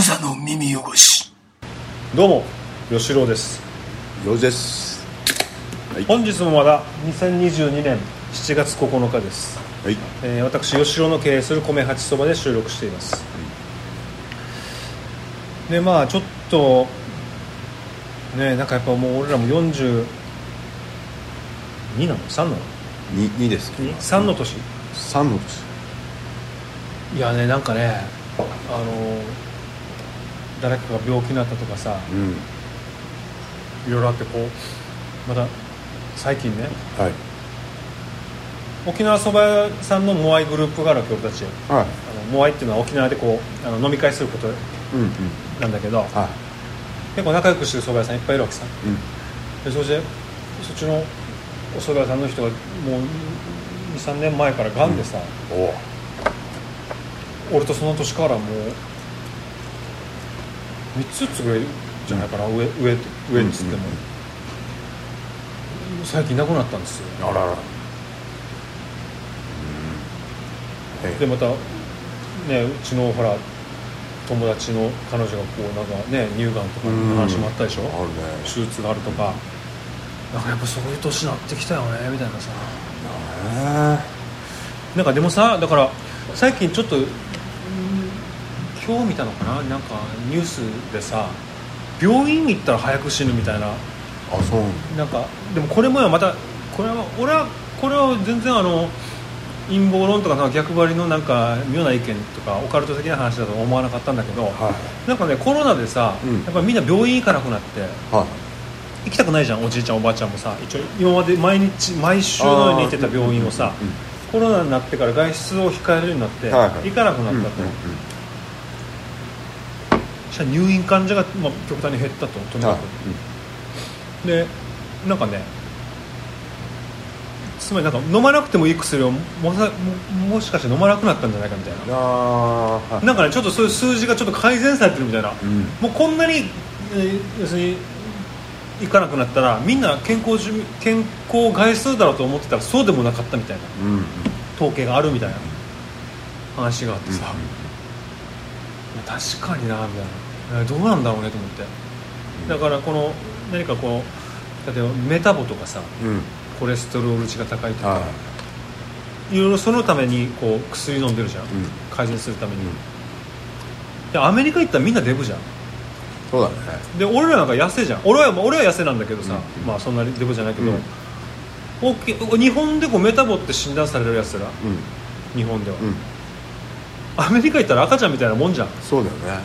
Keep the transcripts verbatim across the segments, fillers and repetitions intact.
無座の耳汚し。 どうも吉郎です。 ようです、 はい、本日もまだにせんにじゅうにねんしちがつここのかです、 はい。 えー、私吉郎の経営する米八そばで収録しています、はい、でまあちょっとね、なんかやっぱもう俺らもよんじゅうになの ?さん なのに, にです。 さんの年、 さんの年。 いやね、なんかね、あの誰かが病気になったとかさ、 うん、 いろいろあってこうまた最近ね、 はい、 沖縄そば屋さんのモアイグループがあるわけ俺たち、 はい、 あのモアイっていうのは沖縄でこうあの飲み会することなんだけど、うんうん、はい、結構仲良くしてるそば屋さんいっぱいいるわけさ、うん、でそしてそっちのおそば屋さんの人がもう にさんねんまえからがんでさ、うん、お俺とその年からもうみっつぐらいじゃないかな、うん、上, 上, 上っつっても、うんうん、最近いなくなったんですよ。 あらら、 うん、でまたね、うちのほら友達の彼女がこうなんかね乳がんとかの話もあったでしょ、うん、あるね、手術があるとか、なんかやっぱそういう年になってきたよねみたいなさ、なんかでもさ、だから最近ちょっと今日見たのかな、なんかニュースでさ、病院行ったら早く死ぬみたいな。あ、 そうなんかでもこれもまたこれは俺はこれは全然あの陰謀論とか逆張りのなんか妙な意見とかオカルト的な話だと思わなかったんだけど、はい、なんかねコロナでさ、うん、やっぱりみんな病院行かなくなって、はい、行きたくないじゃん、おじいちゃんおばあちゃんもさ、一応今まで毎日毎週のように行ってた病院をさ、うんうんうん、コロナになってから外出を控えるようになって、はいはい、行かなくなったと、うんうんうん、入院患者が、まあ、極端に減ったと、とにかく、うん、でなんかね、つまりなんか飲まなくてもいい薬を も, も, もしかして飲まなくなったんじゃないかみたいな、あ、はい、なんかねちょっとそういう数字がちょっと改善されてるみたいな、うん、もうこんなに、えー、要するに行かなくなったらみんな健康健康害数だろうと思ってたらそうでもなかったみたいな、うん、統計があるみたいな話があってさ、うん、確かになみたいな、どうなんだろうねと思って、だからこの何かこう例えばメタボとかさ、うん、コレステロール値が高いとか、いろいろそのためにこう薬飲んでるじゃん、うん、改善するために、うん、でアメリカ行ったらみんなデブじゃん。 そうだね。 で俺らなんか痩せじゃん。俺は俺は痩せなんだけどさ、うん、まあそんなにデブじゃないけど、うん、日本でこうメタボって診断されるやつら、うん、日本では、うん、アメリカ行ったら赤ちゃんみたいなもんじゃん。 そうだよね。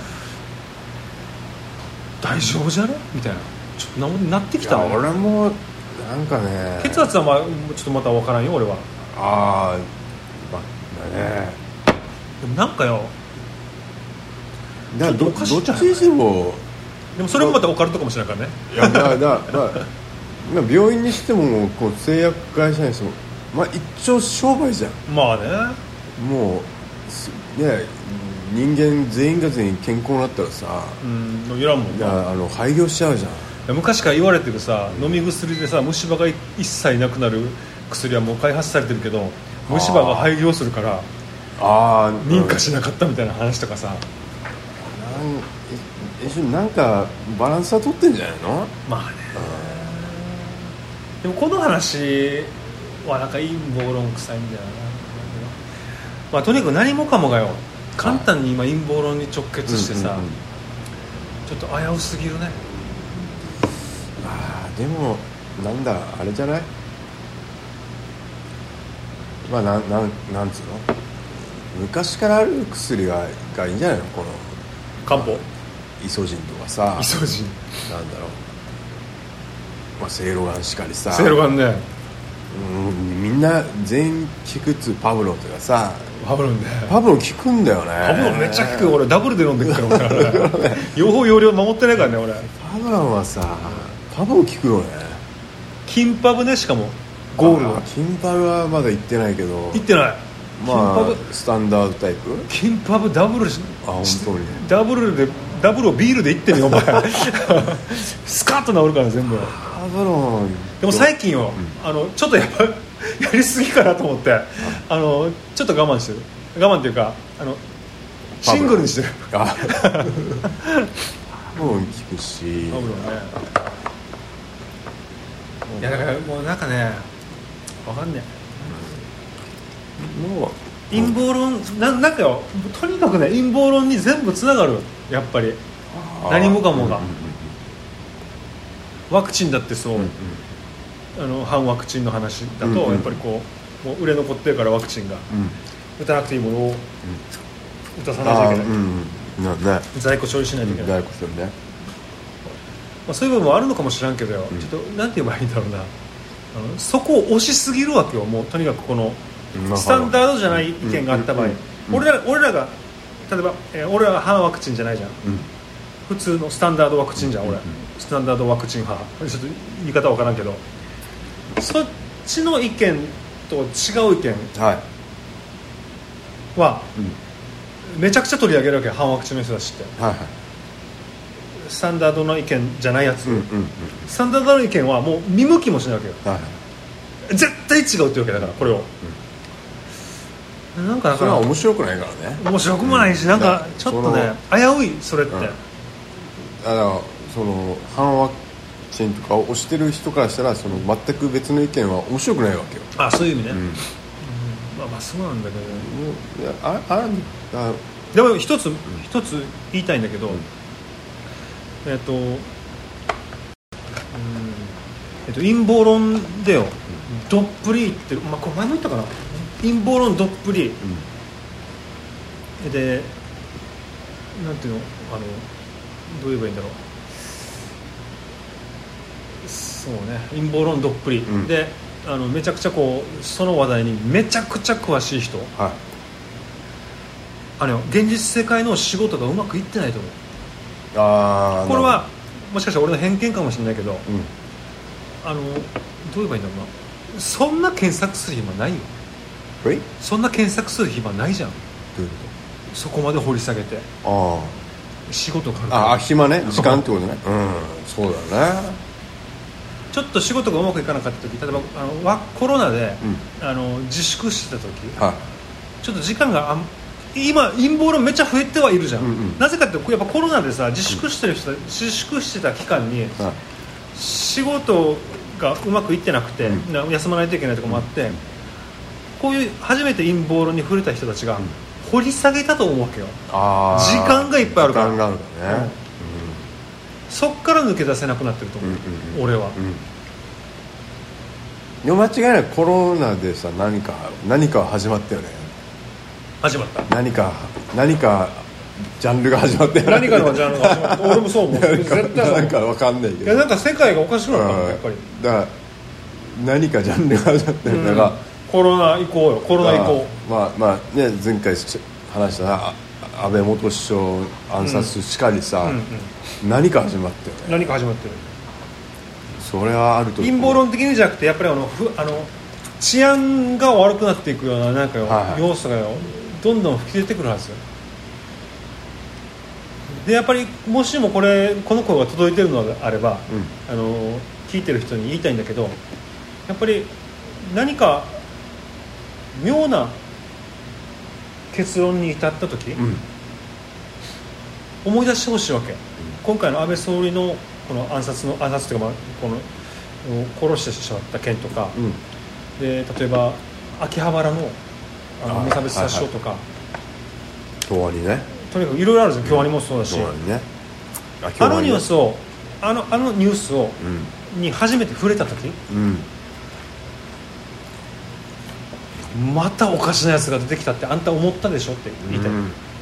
大丈夫じゃねみたいな、ちょっと な, なってきたね。 俺もなんかね、 血圧は、まあ、ちょっとまた分からんよ俺は。 ああ、まあね、 でもなんかよ、 だど, どっちにもでもそれもまたオカルトかもしれないからね。 いやだだだ病院にしてもこう製薬会社にしても、まあ、一応商売じゃん。 まあね、 もうね、人間全員が全員健康になったらさ、 うん、いらんもんな。 いや、あの廃業しちゃうじゃん。 昔から言われてるさ、飲み薬でさ虫歯が一切なくなる薬はもう開発されてるけど、虫歯が廃業するからあ認可しなかったみたいな話とかさ、 なんなんかバランスは取ってんじゃないの。 まあね、でもこの話はなんか陰謀論臭いんだよな、まあ、とにかく何もかもがよ簡単に今陰謀論に直結してさ、うんうんうん、ちょっと危うすぎるね。 あ、でもなんだあれじゃない、まあな ん, なん, なんつうの、昔からある薬ががいいんじゃないの、この漢方、 イソジンとかさ、 イソジンなんだろう、まあ、セイロガンしかりさ、 セイロガンね、 うん、みんな全員効くっつうパブロンとかさ、 パブロンね、 パブロン効くんだよね。 パブロンめっちゃ効く。俺ダブルで飲んでるから俺用法用量守ってないからね俺。 パブロンはさ、パブロン効くよね。 金パブね、しかもゴールド。 金パブはまだ行ってないけど。 行ってない。 まあ、金パブスタンダードタイプ。 金パブダブルし、 あ、本当にダブルでダブルをビールで行ってみよお前スカッと治るから全部。 パブロンでも最近よ、うん、あのちょっとやっぱやりすぎかなと思って、あのちょっと我慢してる。我慢っていうか、あのシングルにしてる。 あもう聞くしパブロね。いやだからもうなんかねわかんねえ、もう陰謀論 な, なんかよとにかくね陰謀論に全部つながるやっぱり何もかもが、うんうんうん、ワクチンだってそう、うんうん、あの反ワクチンの話だと、うんうん、やっぱりこうもう売れ残ってるからワクチンが、うん、打たなくていいものを打たさないといけない、うんうん、なね、在庫処理しないといけない、うん、在庫するね、まあ、そういう部分もあるのかもしれんけどよ、うん、ちょっとなんて言えばいいんだろうな、あのそこを押しすぎるわけよ。もうとにかくこのスタンダードじゃない意見があった場合、うんうんうん、俺ら、俺らが例えば、えー、俺らは反ワクチンじゃないじゃん、うん、普通のスタンダードワクチンじゃん、うんうん、俺スタンダードワクチン派、ちょっと言い方わからんけど、そっちの意見と違う意見は、はいうん、めちゃくちゃ取り上げるわけよ、反ワクチンの人たちって、はいはい、スタンダードの意見じゃないやつ、うんうんうん、スタンダードの意見はもう見向きもしないわけよ、はいはい、絶対違うってわけだから、これを、うん、なんかだからそれは面白くないからね、面白くもないし、うん、なんかちょっとね危うい、それって、うん、あのその反ワクチンとかを推してる人からしたら、その全く別の意見は面白くないわけよ。あ、そういう意味ね、うんうん、まあまあそうなんだけど、いやあああでも一つ、うん、一つ言いたいんだけど、うん、えっと、うん、えっと陰謀論でよ、どっぷりって、まあ、これ前も言ったかな、陰謀論どっぷり、うん、でなんていうの、あのどう言えばいいんだろう、そうね、陰謀論どっぷり、うん、であのめちゃくちゃこうその話題にめちゃくちゃ詳しい人、はい、あの現実世界の仕事がうまくいってないと思う。あ、これはもしかしたら俺の偏見かもしれないけど、うん、あのどう言えばいいんだろうな、そんな検索する暇ないよ。え？そんな検索する暇ないじゃん。どういうこと？そこまで掘り下げて、あ仕事があるから、あ、暇ね、時間ってことねうん、そうだね。ちょっと仕事がうまくいかなかった時、例えばあのコロナで、うん、あの自粛してた時、はい、ちょっと時間があん今陰謀論めっちゃ増えてはいるじゃん、うんうん、なぜかってやっぱコロナでさ自粛してる人、うん、自粛してた期間に、はい、仕事がうまくいってなくて、うん、休まないといけないとかもあって、うん、こういう初めて陰謀論に触れた人たちが、うん、掘り下げたと思うわけよ。あ、時間がいっぱいあるから、時間があるからね、うん、そっから抜け出せなくなってると思う、うんうんうん、俺は、うん、間違いない。コロナでさ何か何か始まったよね。始まった。何か何かジャンルが始まったよね。何かのジャンルが始まった。俺もそう思う。絶対そう。なんか分かんないけど。いやなんか世界がおかしくなったもん、やっぱり。だから何かジャンルが始まったよね、うん、だからコロナ以降よ。コロナ以降。まあまあね、前回話したな安倍元首相暗殺しかりさ、うんうんうん、何か始まったよね。何か始まってる。それはあると。陰謀論的にじゃなくてやっぱりあのふあの治安が悪くなっていくようななんかよ、はいはい、要素がよどんどん吹き出てくるはずで、やっぱりもしもこれこの声が届いてるのであれば、うん、あの聞いてる人に言いたいんだけど、やっぱり何か妙な結論に至った時、うん、思い出してほしいわけ、うん、今回の安倍総理のこの暗殺の暗殺というか、まあ、この殺してしまった件とか、うん、で例えば秋葉原のあの無差別殺傷とか、はいはい、京アニね、とにかくいろいろあるんですよ。京アニもそうだし、京アニね、あ, あのニュースをあのあのニュースを、うん、に初めて触れた時、うん、またおかしなやつが出てきたってあんた思ったでしょって言いたい。わ、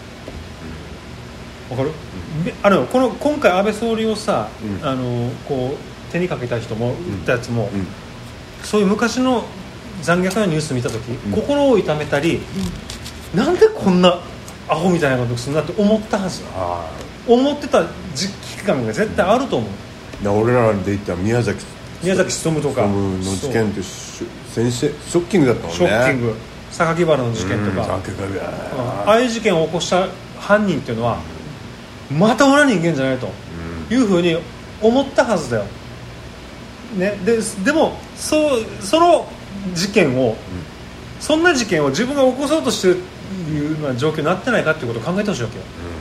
うん、かる、うん、あのこの今回安倍総理をさ、うん、あのこう手にかけた人も言ったやつも、うん、そういう昔の残虐なニュース見たとき、うん、心を痛めたり、うん、なんでこんなアホみたいなことするんだって思ったはず。あ、思ってた時期間が絶対あると思う。だ俺らで言ったら宮崎宮崎勉とかの事件って先生ショッキングだったもんね。ショッキング、榊原の事件とか、うん、ああいう事件を起こした犯人っていうのはまた俺は人間じゃないというふうに思ったはずだよ、ね、で, でも そ, その事件を、うん、そんな事件を自分が起こそうとしているいうような状況になってないかっていうことを考えてほしいわけよ、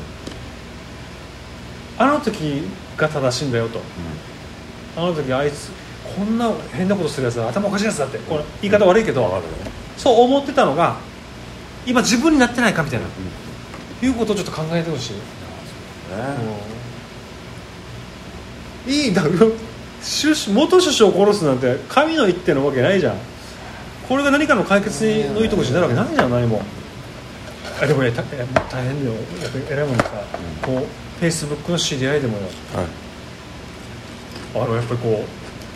うん、あの時が正しいんだよと、うん、あの時あいつこんな変なことするやつだ頭おかしいやつだってこれ言い方悪いけど、うん、そう思ってたのが今自分になってないかみたいな、うん、いうことをちょっと考えてほしい、うん、いいだろ元首相を殺すなんて神の一手のわけないじゃん。これが何かの解決のいいところになるわけないじゃん。何もあでもね大変だよやっぱり偉いもんさ、うん、こうフェイスブックの知り合いでもよ、はい、あのやっぱりこ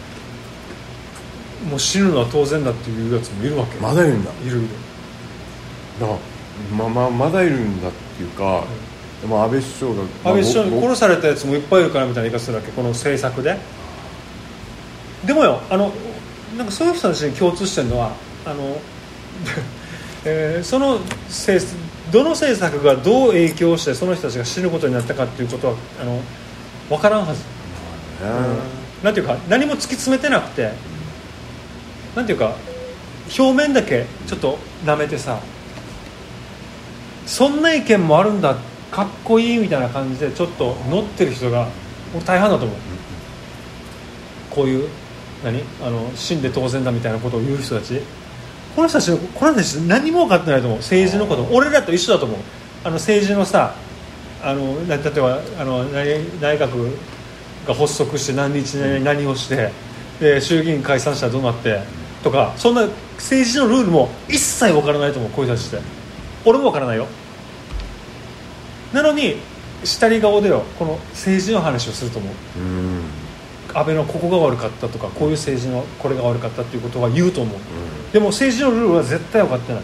うもう死ぬのは当然だっていうやつもいるわけ。 まだいるんだ。 いるいるだま, ま, まだいるんだっていうか、うん、でも安倍首相が安倍首相に殺されたやつもいっぱいいるからみたいな言い方するわけこの政策で。でもよあのなんかそういう人たちに共通してるのはあの、えー、そのどの政策がどう影響してその人たちが死ぬことになったかっていうことはあの分からんはず、うん、なんていうか何も突き詰めてなくてなんていうか表面だけちょっと舐めてさそんな意見もあるんだかっこいいみたいな感じでちょっと乗ってる人が大半だと思う。こういう何あの死んで当然だみたいなことを言う人たちこの人たちこの人たち何も分かってないと思う。政治のこと俺らと一緒だと思う。あの政治のさあの例えばあの内閣が発足して何日に何をしてで衆議院解散したらどうなってとかそんな政治のルールも一切分からないと思う。こういう人たちって俺も分からないよ。なのに下り顔でよこの政治の話をすると思う。うん安倍のここが悪かったとかこういう政治のこれが悪かったっていうことは言うと思う、うん、でも政治のルールは絶対分かってない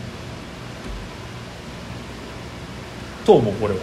と思う俺は、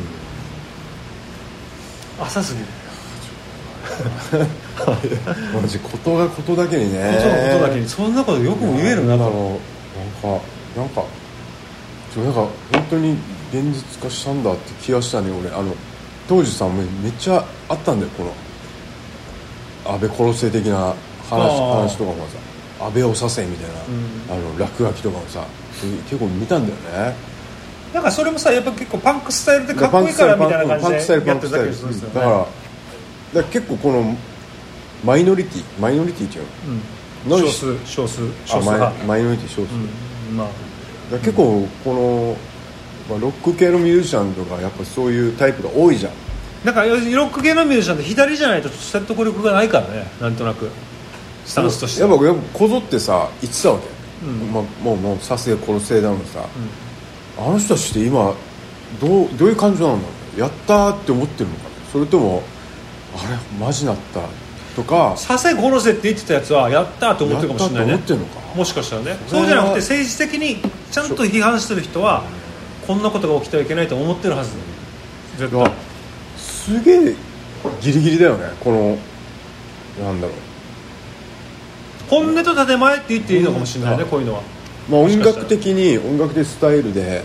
うん、浅すぎるマジことがことだけにねことがことだけにそんなことよくも言えるなと。 なんかなんかちょなんか本当に現実化したんだって気がしたね俺。あの当時さめっちゃあったんだよこの安倍殺せ的な 話, 話とかもさ安倍を刺せみたいな、うん、あの落書きとかもさ結構見たんだよね。 なんかそれもさやっぱ結構パンクスタイルでかっこいいからみたいな感じでやってるだけですよね。 だから、だから結構このマイノリティマイノリティっていうの、うん、少数少数少数派マイノリティ少数、 うんまあ、 だ結構この、まあ、ロック系のミュージシャンとかやっぱそういうタイプが多いじゃん。 だからロック系のミュージシャンって左じゃないと説得力がないからね。なんとなくスタンスとしてやっぱやっぱこぞってさ言ってたわけ、うんまあ、もうもう刺せ殺せだのさ、うん、あの人たちって今どうどういう感情なんだろう。やったって思ってるのかなそれともあれマジなったとか刺せ殺せって言ってたやつはやったって思ってるかもしれないね。 やったって思ってるのかもしかしたらね。そうじゃなくて政治的にちゃんと批判してる人はこんなことが起きてはいけないと思ってるはずだ絶対。 すげえギリギリだよねこのなんだろう本音と建前って言っていいのかもしれないね、うん、こういうのは、 まあ、音楽的に音楽的スタイルで、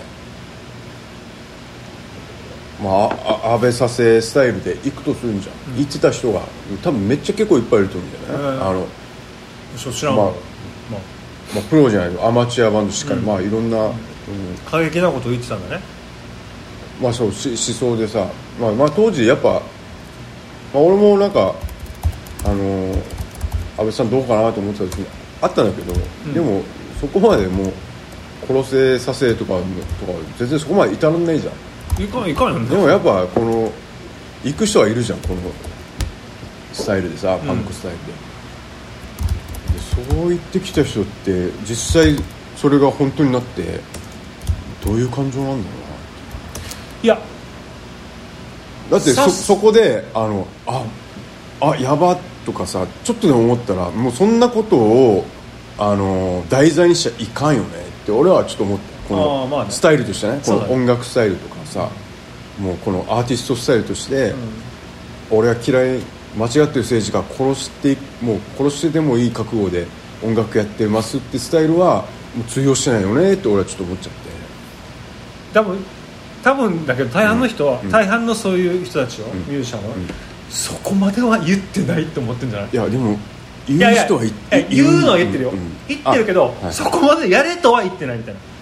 まあ、安倍左遷スタイルでいくとするんじゃん、うん、言ってた人が多分めっちゃ結構いっぱいいると思うんだよね、えー、あの知らんわ、まあまあまあ、プロじゃないとアマチュアバンドしっかり、うん、まあいろんな、うん、 過激なことを言ってたんだね。 まあそう思想でさ、まあ、まあ当時やっぱ、まあ、俺もなんかあのー、安倍さんどうかなと思ってた時にあったんだけど、うん、でもそこまでもう殺せさせとかとか全然そこまで至らないじゃん。 いかんいかんよね。 でもやっぱこの行く人はいるじゃんこのスタイルでさパンクスタイルで、うん、でそう言ってきた人って実際それが本当になってどういう感情なんだろうな。 いやだって そ, そこであのああやばとかさちょっとでも思ったらもうそんなことをあの題材にしちゃいかんよねって俺はちょっと思ったこの、まあね、スタイルとしてねこの音楽スタイルとかさ、うん、もうこのアーティストスタイルとして、うん、俺は嫌い間違ってる政治家殺してもう殺してでもいい覚悟で音楽やってますってスタイルはもう通用してないよねって俺はちょっと思っちゃって。 多分多分だけど大半の人は、うん、大半のそういう人たちは、うん、ミュージシャンは、うん、そこまでは言ってないって思ってるんじゃない。 いやでも言う人は言っていやいや言うのは言ってるよ、うん、言ってるけど、はい、そこまでやれとは言ってないみたいな。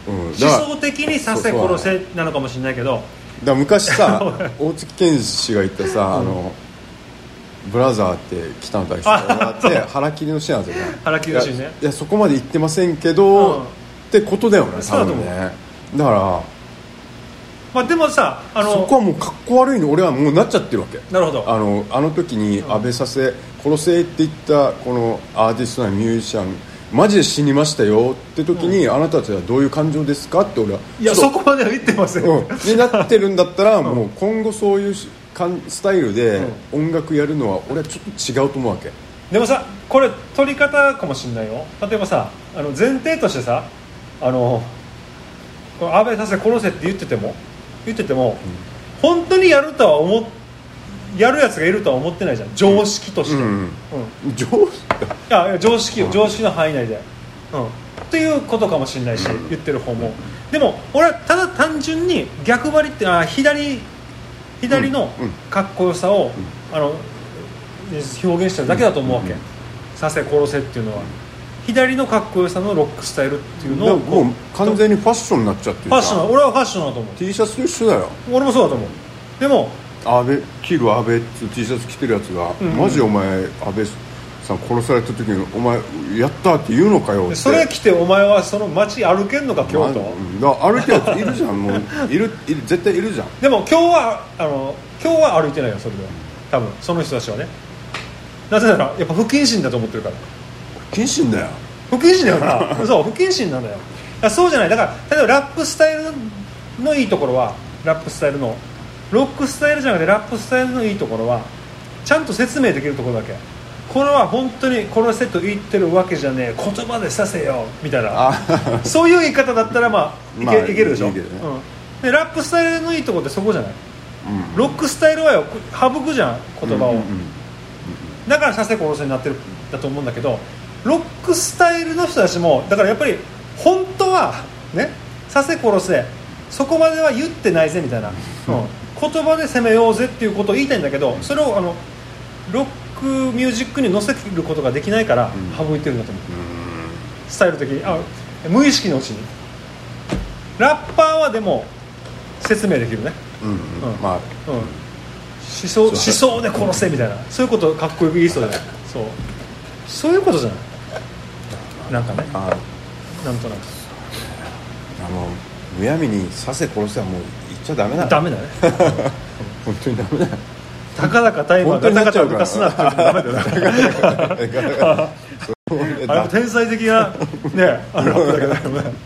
うん、思想的にさせ殺せなのかもしれないけど、 だから昔さ大月健二氏が言ったさ、うん、あのブラザーって北野大輔があって腹切りのシーンなんですよね。 腹切りのシーンね。 いやそこまで言ってませんけど、うん、ってことだよね多分ね。だからまあ、でもさあのそこはもうかっこ悪いの俺はもうなっちゃってるわけ。 なるほど。 あのあの時に安倍させ殺せって言ったこのアーティストなミュージシャンマジで死にましたよって時に、うん、あなたたちはどういう感情ですかって俺はいやそこまでは言ってません、うん、 になってるんだったら、うん、もう今後そういうスタイルで音楽やるのは俺はちょっと違うと思うわけ。 でもさこれ取り方かもしれないよ。例えばさあの前提としてさあの安倍させ殺せって言ってても言ってても、うん、本当にやるとは思やるやつがいるとは思ってないじゃん常識として、うんうんうん、常識いや常識よ常識の範囲内で、うん、っていうことかもしれないし、うん、言ってる方もでも俺はただ単純に逆張りってあ左左のかっこよさを、うん、あの表現してるだけだと思うわけ、うん、させ殺せっていうのは左のかっこよさのロックスタイルっていうのをもう完全にファッションになっちゃってる。 ファッション俺はファッションだと思う。 T シャツと一緒だよ。 俺もそうだと思う。でも安倍切る安倍って T シャツ着てるやつが、うんうん、マジお前安倍さん殺された時にお前やったって言うのかよって。 それ着てお前はその街歩けんのか京都、 まあ、歩けよっているじゃんもういるいる絶対いるじゃん。 でも今日はあの今日は歩いてないよそれでは多分その人たちはね。なぜならやっぱ不謹慎だと思ってるから。 不謹慎だよ。 不謹慎だよなそう不謹慎なんだよ。だそうじゃない。だから例えばラップスタイルのいいところはラップスタイルのロックスタイルじゃなくてラップスタイルのいいところはちゃんと説明できるところだけ。これは本当にこのセット言ってるわけじゃねえ言葉でさせよみたいなそういう言い方だったらまあいけ、まあ、いけるでしょいい、ねうん、でラップスタイルのいいところってそこじゃない、うん、ロックスタイルはよ省くじゃん言葉を、うんうんうん、だからさせ殺せになってるだと思うんだけどロックスタイルの人たちもだからやっぱり本当はねさせ殺せそこまでは言ってないぜみたいな、うん、言葉で攻めようぜっていうことを言いたいんだけどそれをあのロックミュージックに乗せることができないから省いてるんだと思う、うん、スタイル的にあ無意識のうちにラッパーはでも説明できるね、うんうんうんまあうん、思想、思想で殺せみたいなそういうことかっこよく言いそうじゃないそうそういうことじゃないなんかねあなんとなくあのむやみにさせ殺せはもう言っちゃダメだダメだね本当にダメだよたかだかタイマーガタガタ浮かすなってダメだよあれも天才的なねあのラップだけだよね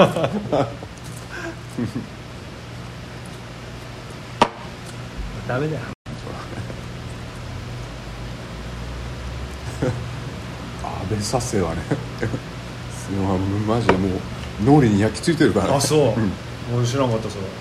ダメだよ安倍させはねマジでもう脳裏に焼き付いてるから、ね、 あそう、うん、俺知らなかったそれ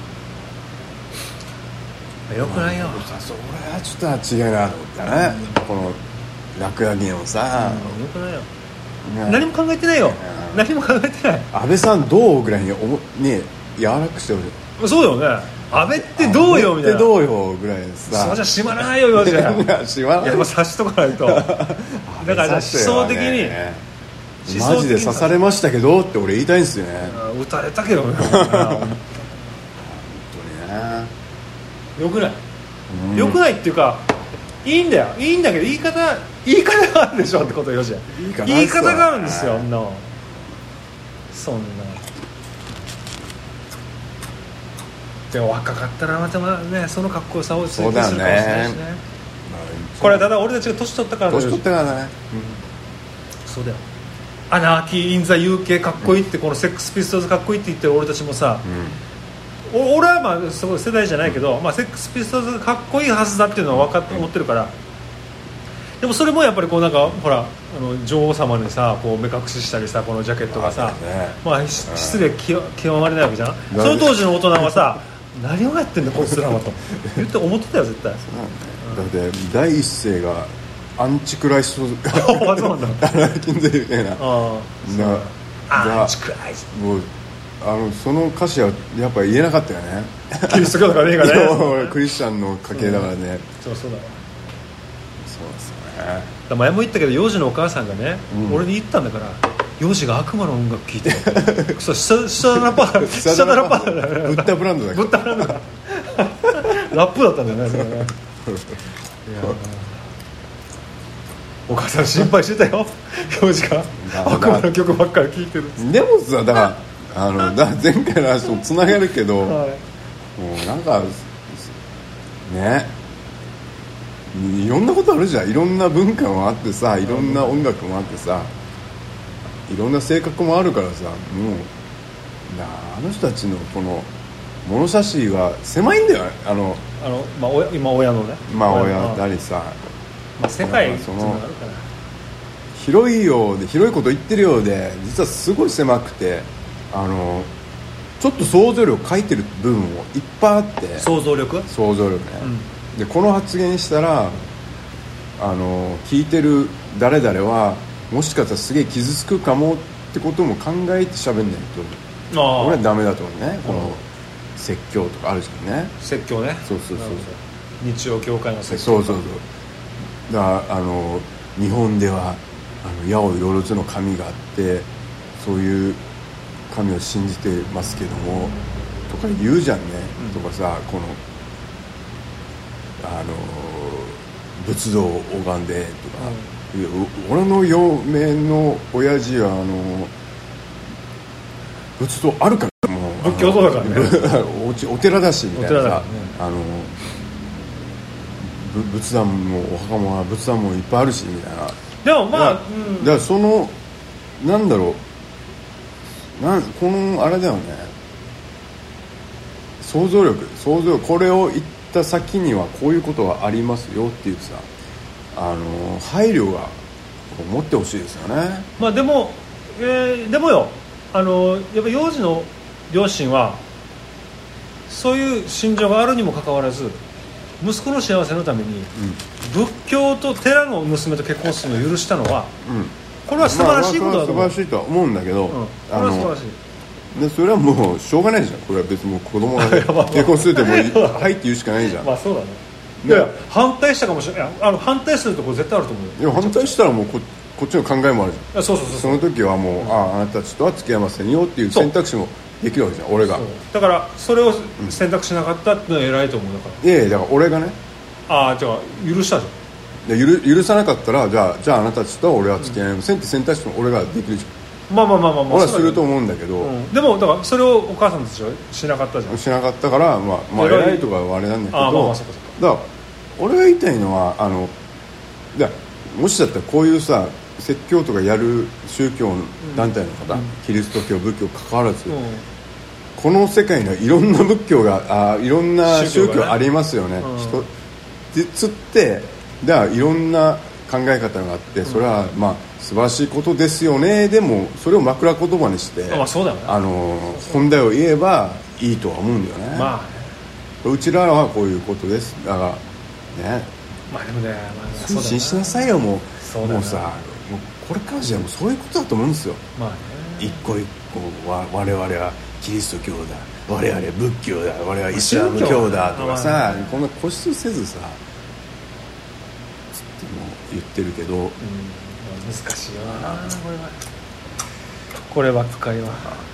よくないよ、まあ、 それはちょっと違いなと思ったね、うん、この楽屋芸をさ、 うん、よくないよ、ね、何も考えてないよ、うん、何も考えてない安倍さんどうぐらいにおね柔らかくしてほしい。 そうよね安倍ってどうよみたいな安倍ってどうよぐらいさそうじゃ閉まらないよ言われて閉まらないやっぱ察しとかないとだからじゃあ思想的にマジで刺されましたけどって俺言いたいんですよね。 撃たれたけどね本当にねよくない、うん、よくないっていうかいいんだよいいんだけど言い方言い方があるでしょってことよじゃ言い方があるんですよあんなそんなでも若かったらまたまねその格好さを追求するかもしれないしね、これはただ俺たちが年取ったから年取ったからね、 うん、そうだよアナーキー・イン・ザ・ユーケーかっこいいってこのセックス・ピストルズかっこいいって言ってる俺たちもさ、うん、俺はまあすごい世代じゃないけど、まあ、セックス・ピストルズがかっこいいはずだっていうのは分かって思ってるからでもそれもやっぱりこうなんかほらあの女王様にさこう目隠ししたりさこのジャケットがさ、ねまあ、失礼極まれないわけじゃん。その当時の大人はさ何をやってんだこいつらはと言って思ってたよ絶対。 だって第一声がアンチクライストあそうなんだアナキンゼみたいなあアンチクライストもうあのその歌詞はやっぱ言えなかったよねキリスト教だからねがねクリスチャンの家系だからね、 うん、そうそうだそうですね前も言ったけど幼児のお母さんがね、うん、俺に言ったんだからヨシが悪魔の音楽聴いてるそう下下ラッパー下ラッパーだブッダブランドだブッダブランドだラップだったんだよねそれねいやお母さん心配してたよヨシが悪魔の曲ばっかり聴いてるでもさだからあのだ前回の話とつながるけど、はい、もうなんかねいろんなことあるじゃんいろんな文化もあってさいろんな音楽もあってさいろんな性格もあるからさもうあの人たちのこの物差しが狭いんだよねあのあの、まあ、親今親のねまあ親だりさ、 まあ、世界っていうのがあるから広いようで広いこと言ってるようで実はすごい狭くてあのちょっと想像力書いてる部分もいっぱいあって想像力想像力ね、うん、でこの発言したらあの聞いてる誰々はもしかしたらすげえ傷つくかもってことも考えて喋んないと俺はダメだと思うねこの説教とかあるじゃんね説教ねそうそうそうそう日曜教会の説教そうそうそうだからあの日本ではあの八百万の神があってそういう神を信じてますけどもとか言うじゃんね、うん、とかさこのあの仏像を拝んでとか、うん、俺の嫁の親父はあの仏像あるからもう仏教徒だからねお, お寺だしみたいなさ、ね、あの仏壇もお墓も仏壇もいっぱいあるしみたいなでもまあ、 だ, うん、だからそのなんだろうなんこのあれだよね想像力想像力これを言った先にはこういうことがありますよっていうさあの配慮が持ってほしいですよねまあでも、えー、でもよあのやっぱ幼児の両親はそういう心情があるにもかかわらず息子の幸せのために、うん、仏教と寺の娘と結婚するのを許したのは、うん、これは素晴らしいことだと思う、 まあ、素晴らしいとは思うんだけど、うん、 これは素晴らしいでそれはもうしょうがないじゃんこれは別にもう子供が、ね、結婚するってもうはいって言うしかないじゃんまあそうだねいや反対したかもしれないあの反対するところ絶対あると思うよいや反対したらもう こ, こっちの考えもあるじゃんそうそうそうその時はもう、うん、ああなたたちとは付き合いませんよっていう選択肢もできるわけじゃん俺がだからそれを選択しなかったっていうのは偉いと思うだからいやいやだから俺がねああじゃあ許したじゃん許, 許さなかったらじゃあじゃああなたたちとは俺は付き合いませんって選択肢も俺ができるじゃんまあまあまあまあまあ俺はすると思うんだけど、 うん、でもだからそれをお母さんたちはしなかったじゃんしなかったからまあまあ偉いとかはあれなんだけどあまあまあそこそこだから俺が言いたいのはあのだもしだったらこういうさ説教とかやる宗教団体の方、うん、キリスト教仏教関わらず、うん、この世界にはいろんな仏教があいろんな宗教ありますよね、うん、人つってだからいろんな考え方があってそれはまあ素晴らしいことですよねでもそれを枕言葉にして、 まあそうだよね、 あの本題を言えばいいとは思うんだよね、まあ、うちらはこういうことですだからねまあでもね、まあ、 推進しなさいよもうもうさもうこれからじゃもうそういうことだと思うんですよ、 まあね、 一個一個わ我々はキリスト教だ我々仏教だ我々はイスラム教だとかさこんな固執せずさつっても言ってるけど、うん、 難しいよなこれはこればっかりは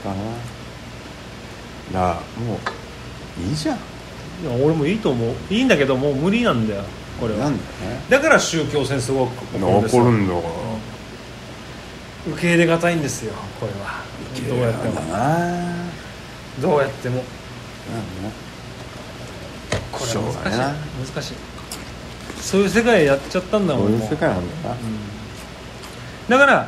だからもういいじゃんいや俺もいいと思ういいんだけどもう無理なんだよこれはなんだよ、ね、 だから宗教戦争が起こるんですよ起こるんだから、 うん、受け入れがたいんですよこれはどうやってもどうやってもこれは難しい難しいそういう世界やっちゃったんだもんそういう世界なんだよな、うん、 だから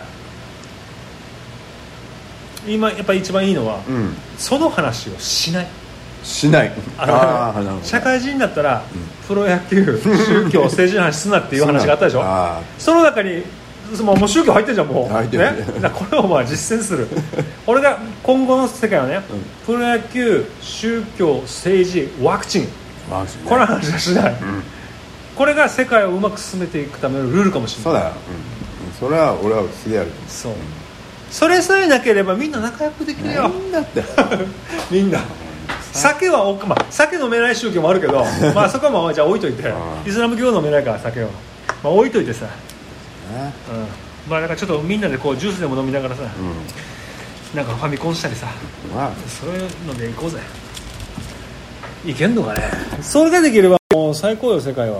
今やっぱり一番いいのは、うん、その話をしないしないあの社会人だったら、うん、プロ野球宗教政治の話すなっていう話があったでしょその中にもう宗教入ってるじゃんもう、 入ってる、 ね、だこれをまあ実践する俺が今後の世界はね、うん、プロ野球宗教政治ワクチン、ワクチンね、この話はしない、うん、これが世界をうまく進めていくためのルールかもしれないそうだよ、うん、それは俺はすげえあるそう、うん、それさえなければみんな仲良くできるよみんなってみんな酒は、まあ、酒飲めない宗教もあるけどまあそこはまあじゃあ置いといてイスラム教飲めないから酒は、まあ、置いといてさ、ね、うん、 まあなんかちょっとみんなでこうジュースでも飲みながらさ、うん、なんかファミコンしたりさ、まあ、そういうので行こうぜ。いけんのかね。それができればもう最高よ、世界は。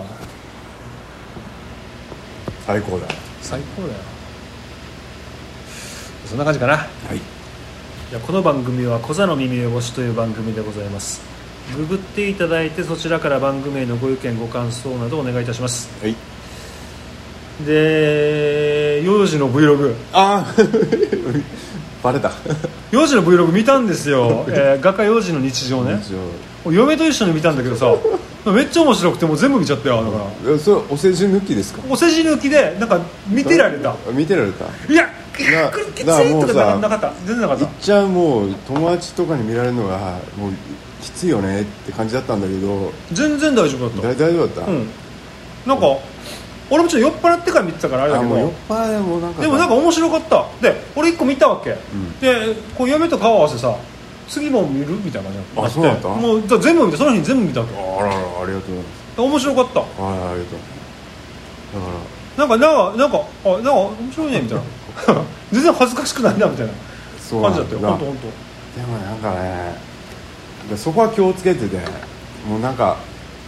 最高だよ、 最高だよ。そんな感じかな。はい。じゃあこの番組は小座の耳汚しという番組でございます。ググっていただいて、そちらから番組へのご意見ご感想などお願いいたします。はい。で、幼児の Vlog、 ああバレた幼児の Vlog 見たんですよ、えー、画家幼児の日常ね。嫁と一緒に見たんだけどさめっちゃ面白くてもう全部見ちゃったよ。だからそれお世辞抜きですか？ お世辞抜きでなんか見てられた。 見てられた。 いやきついとかなかった。全然なかった。 いっちゃんもう友達とかに見られるのがもうきついよねって感じだったんだけど、 全然大丈夫だった。 大丈夫だった、うん、 なんか俺もちょっと酔っ払ってから見てたからあれだけど、 もう酔っ払いでもなんかでもなんか面白かった。で俺いっこ見たわけ、うん、でこう嫁と顔合わせさ、次も見るみたいな感じになって、あ、そうだった。もう全部見て、その日に全部見たわけ。 あらら、ありがとうございます。 面白かった。 ああ、ありがとう。 だからなんかなんかあなんか面白いねみたいな全然恥ずかしくないなみたいな感じだったよ。本当本当。でもなんかね、そこは気をつけてて、もうなんか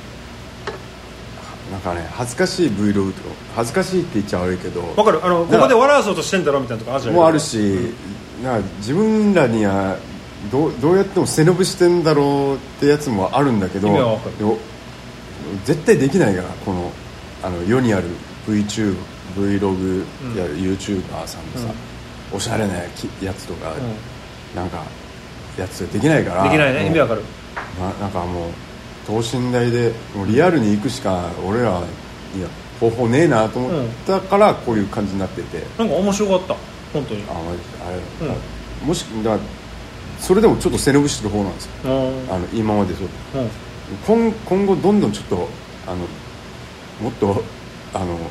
なんかね、恥ずかしい Vlog とか、恥ずかしいって言っちゃ悪いけど、 わかる。あのここで笑わそうとしてんだろみたいなとかあるじゃん。 もあるし、うん、なんか自分らにはどう、どうやっても背伸びしてんだろうってやつもあるんだけど、意味はわかる。絶対できないから、このあの世にある VTube、Vlog やる YouTuber さんのさ、うん、おしゃれなやつとか、うん、なんかやつできないから。 できないね。意味わかる。 まあ、なんかもう等身大でもうリアルに行くしか俺らいや方法ねえなと思ったからこういう感じになってて、うん、 なんか面白かった本当に。 ああれ、うん、もしだそれでもちょっと背伸びしてる方なんですよ、あの今までそう、うん、今, 今後どんどんちょっとあのもっとあの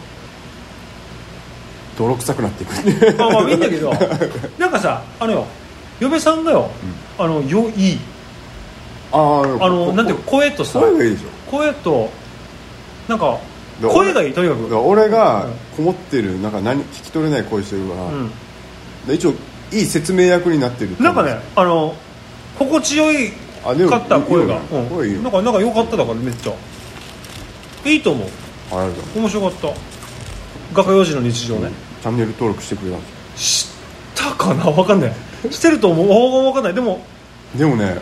泥臭くなっていくまあまあいいんだけどなんかさあのよ嫁さんがよ、うん、あのよいいああのなんていう声とさ、 声がいいでしょ。 声となんか声がいい。とにかく俺がこもってるなんか何聞き取れない声してるから、うん、で一応いい説明役になってる。 なんかねあの心地よいかった声が、うん、声いいよ。なんかなんか良かっただからめっちゃいいと思う。 ありがとう。 面白かった。画家幼児の日常ね、うん、 チャンネル登録してくれたんですよ。知ったかな分かんないしてると思う。分かんない。でもでもね、うん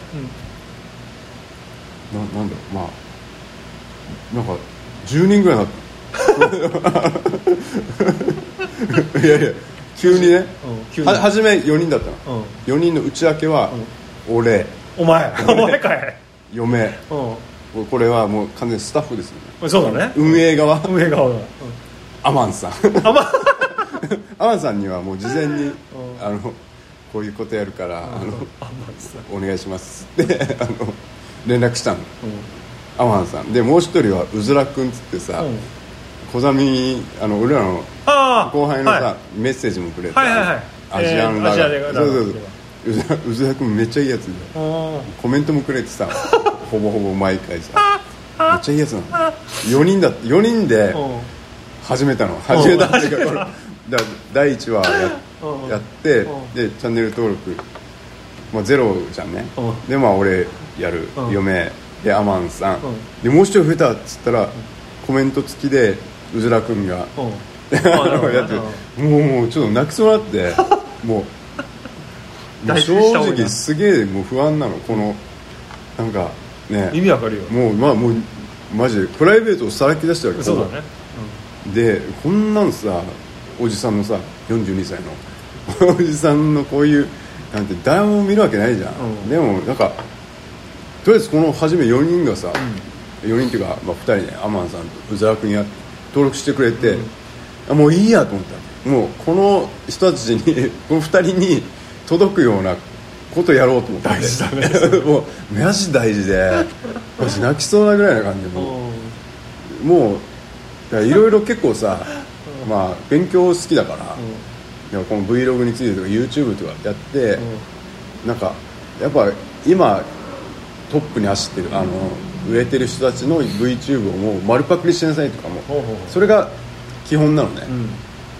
な, なんだろうまあなんかじゅうにんぐらいなったいやいや急にね、うん、急には初めよにんだったの、うん、よにんの内訳は、うん、俺お前お前かい嫁、うん、これはもう完全にスタッフですよね。 そうだね。 運営側運営側だ、うん、 アマンさんアマンアマンさんにはもう事前に、うん、あのこういうことやるから、うん、あのお願いしますってあの連絡したの、うん、アマンさんで、もう一人はうずらくんっつってさ、うん、小ザミあの俺らの後輩のさ、はい、メッセージもくれて、はいはいはい、アジアンラガー、えー、そうそうそううずらくんめっちゃいいやつでコメントもくれてさほぼほぼ毎回さめっちゃいいやつなの。よにんだってよにんで始めたの始めたっていうかだだいいちわ や, やってでチャンネル登録、まあ、ゼロじゃんね。でまあ俺やる、うん、嫁でアマンさん、うん、でもう一人増えたっつったら、うん、コメント付きでうずらくんが、うん、やってもうもうちょっと泣きそうになってもうもう正直すげえもう不安なの。このなんかね意味わかるよ。 もうまあもうマジでプライベートをさらけ出したわけ。 そうだね、 うん、でこんなんさおじさんのさよんじゅうにさいのおじさんのこういうなんて誰も見るわけないじゃん、うん、でもなんかとりあえずこの初めよにんがさ、うん、よにんっていうか、まあ、ふたりねアマンさんと宇沢君が登録してくれて、うん、あもういいやと思った。もうこの人たちにこのふたりに届くようなことやろうと思って。 大事だねもうマジ大事でマジ泣きそうなぐらいな感じでもうもういろいろ結構さまあ勉強好きだから、うん、この Vlog についてとか YouTube とかやって、うん、なんかやっぱ今トップに走ってるあの売れてる人たちの VTube をもう丸パクリしなさいとかも、うん、それが基本なのね、うん、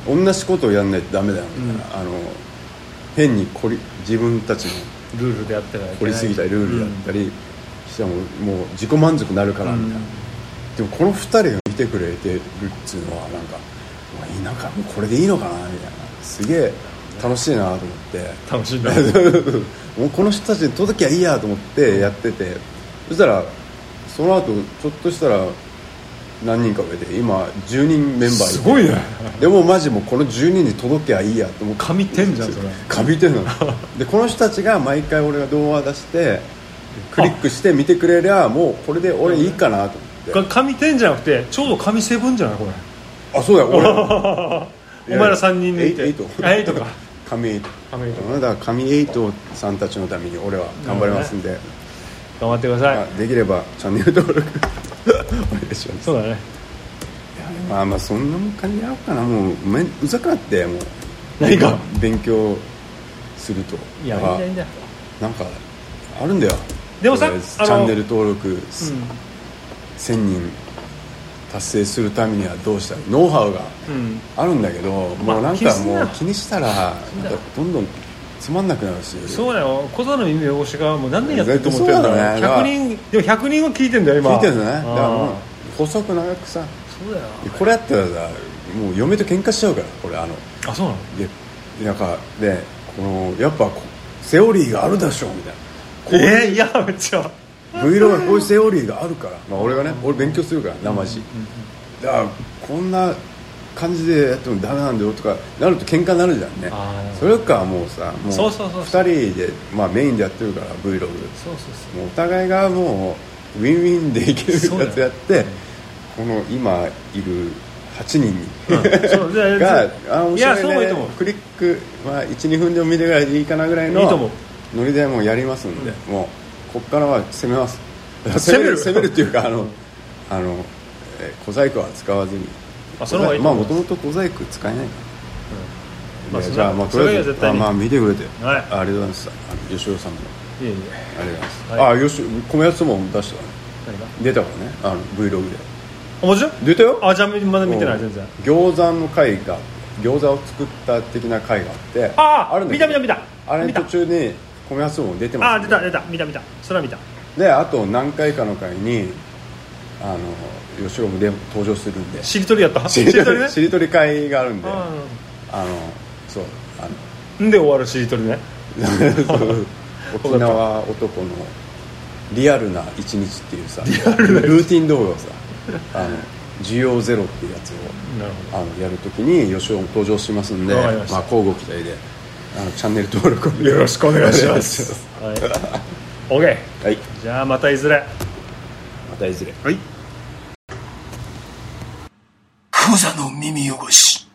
同じことをやんないとダメだよみたいな、うん、あの変に凝り自分たちのルールでやってない凝りすぎたりルールやったりしても、もう自己満足になるからみたいな、うん、でもこのふたりが見てくれてるっていうのはなんかなんかもうこれでいいのかなみたいな、すげえ楽しいなと思って楽しいなもうこの人たちに届きゃいいやと思ってやってて、そしたらその後ちょっとしたら何人か上で今じゅうにんメンバーいて、 すごいねでもマジもうこのじゅうにんに届けばいいやと思って神ってんじゃんそれ神ってんのでこの人たちが毎回俺が動画出してクリックして見てくれりゃもうこれで俺いいかなと思って、 これ神ってんじゃなくてちょうど神セブンじゃないこれ。 あ、そうだよ俺お前らさんにんでいてエイトエイトか神エイト神エイトだから神エイトさんたちのために俺は頑張りますんで、 頑張ってください。できればチャンネル登録お願いします。 そうだね。 まあまあそんな感じやろうかな。もうめうざくなってもう何か勉強するといやいいんだいいんだなんかあるんだよ。 でもさチャンネル登録、うん、せんにん達成するためにはどうしたらノウハウがあるんだけど、うん、もうなんかもう気にしたらなんかどんどんつまんなくなるし。 そうだよ。小沢の耳汚しがもう何年やってると思ってるんだろう。ひゃくにんでもひゃくにんは聞いてんだよ今。 聞いてるんだね。だからもう細く長くさ。 そうだよ。 これやったらさもう嫁と喧嘩しちゃうからこれあの。 あ、そうなの。 でなんかでこのやっぱセオリーがあるでしょみたいな。 えー、いやめっちゃ Vlog はこういうセオリーがあるから、まあ、俺がね俺勉強するから生地、だからこんな感じでやってもダメなんだよとかなると喧嘩になるじゃんね。それかもうさもうふたりで、まあ、メインでやってるから Vlog そうそうそうもうお互いがもうウィンウィンでいけるやつやってこの今いるはちにんに、うん、そうがあ面白いねクリック、まあ、いちにふんでも見てぐらいでいいかなぐらいのいいと思うノリでもうやりますんで、うん、もうこっからは攻めます攻める攻めるっていうかあの、うん、あのえ小細工は使わずにあその方がいいまあもともと小細工使えないから、うんまあ、じゃあまあとりあえずあまあ見てくれて、はい、ありがとうございます吉尾さんもいえいえありがとうございます、はい、あよし米やつも出したね何が出たからねあの Vlog であもちろん出たよあじゃあまだ見てない全然餃子の回が餃子を作った的な回があってああ見た見た見たあれ途中に米安も出てます、 ね、あ出た出た見た見たそれは見たであと何回かの回にあの吉郎もで登場するんでしりとりやったしりとり、ね、しりとり会があるんであのそうあのんで終わるしりとりね沖縄男のリアルな一日っていうさルーティン動画をさあの需要ゼロっていうやつをあのやるときに吉尾も登場しますんでまあ交互期待であのチャンネル登録よろしくお願いしますはい、OK、 はい、 じゃあまたいずれまたいずれはいクザの耳汚し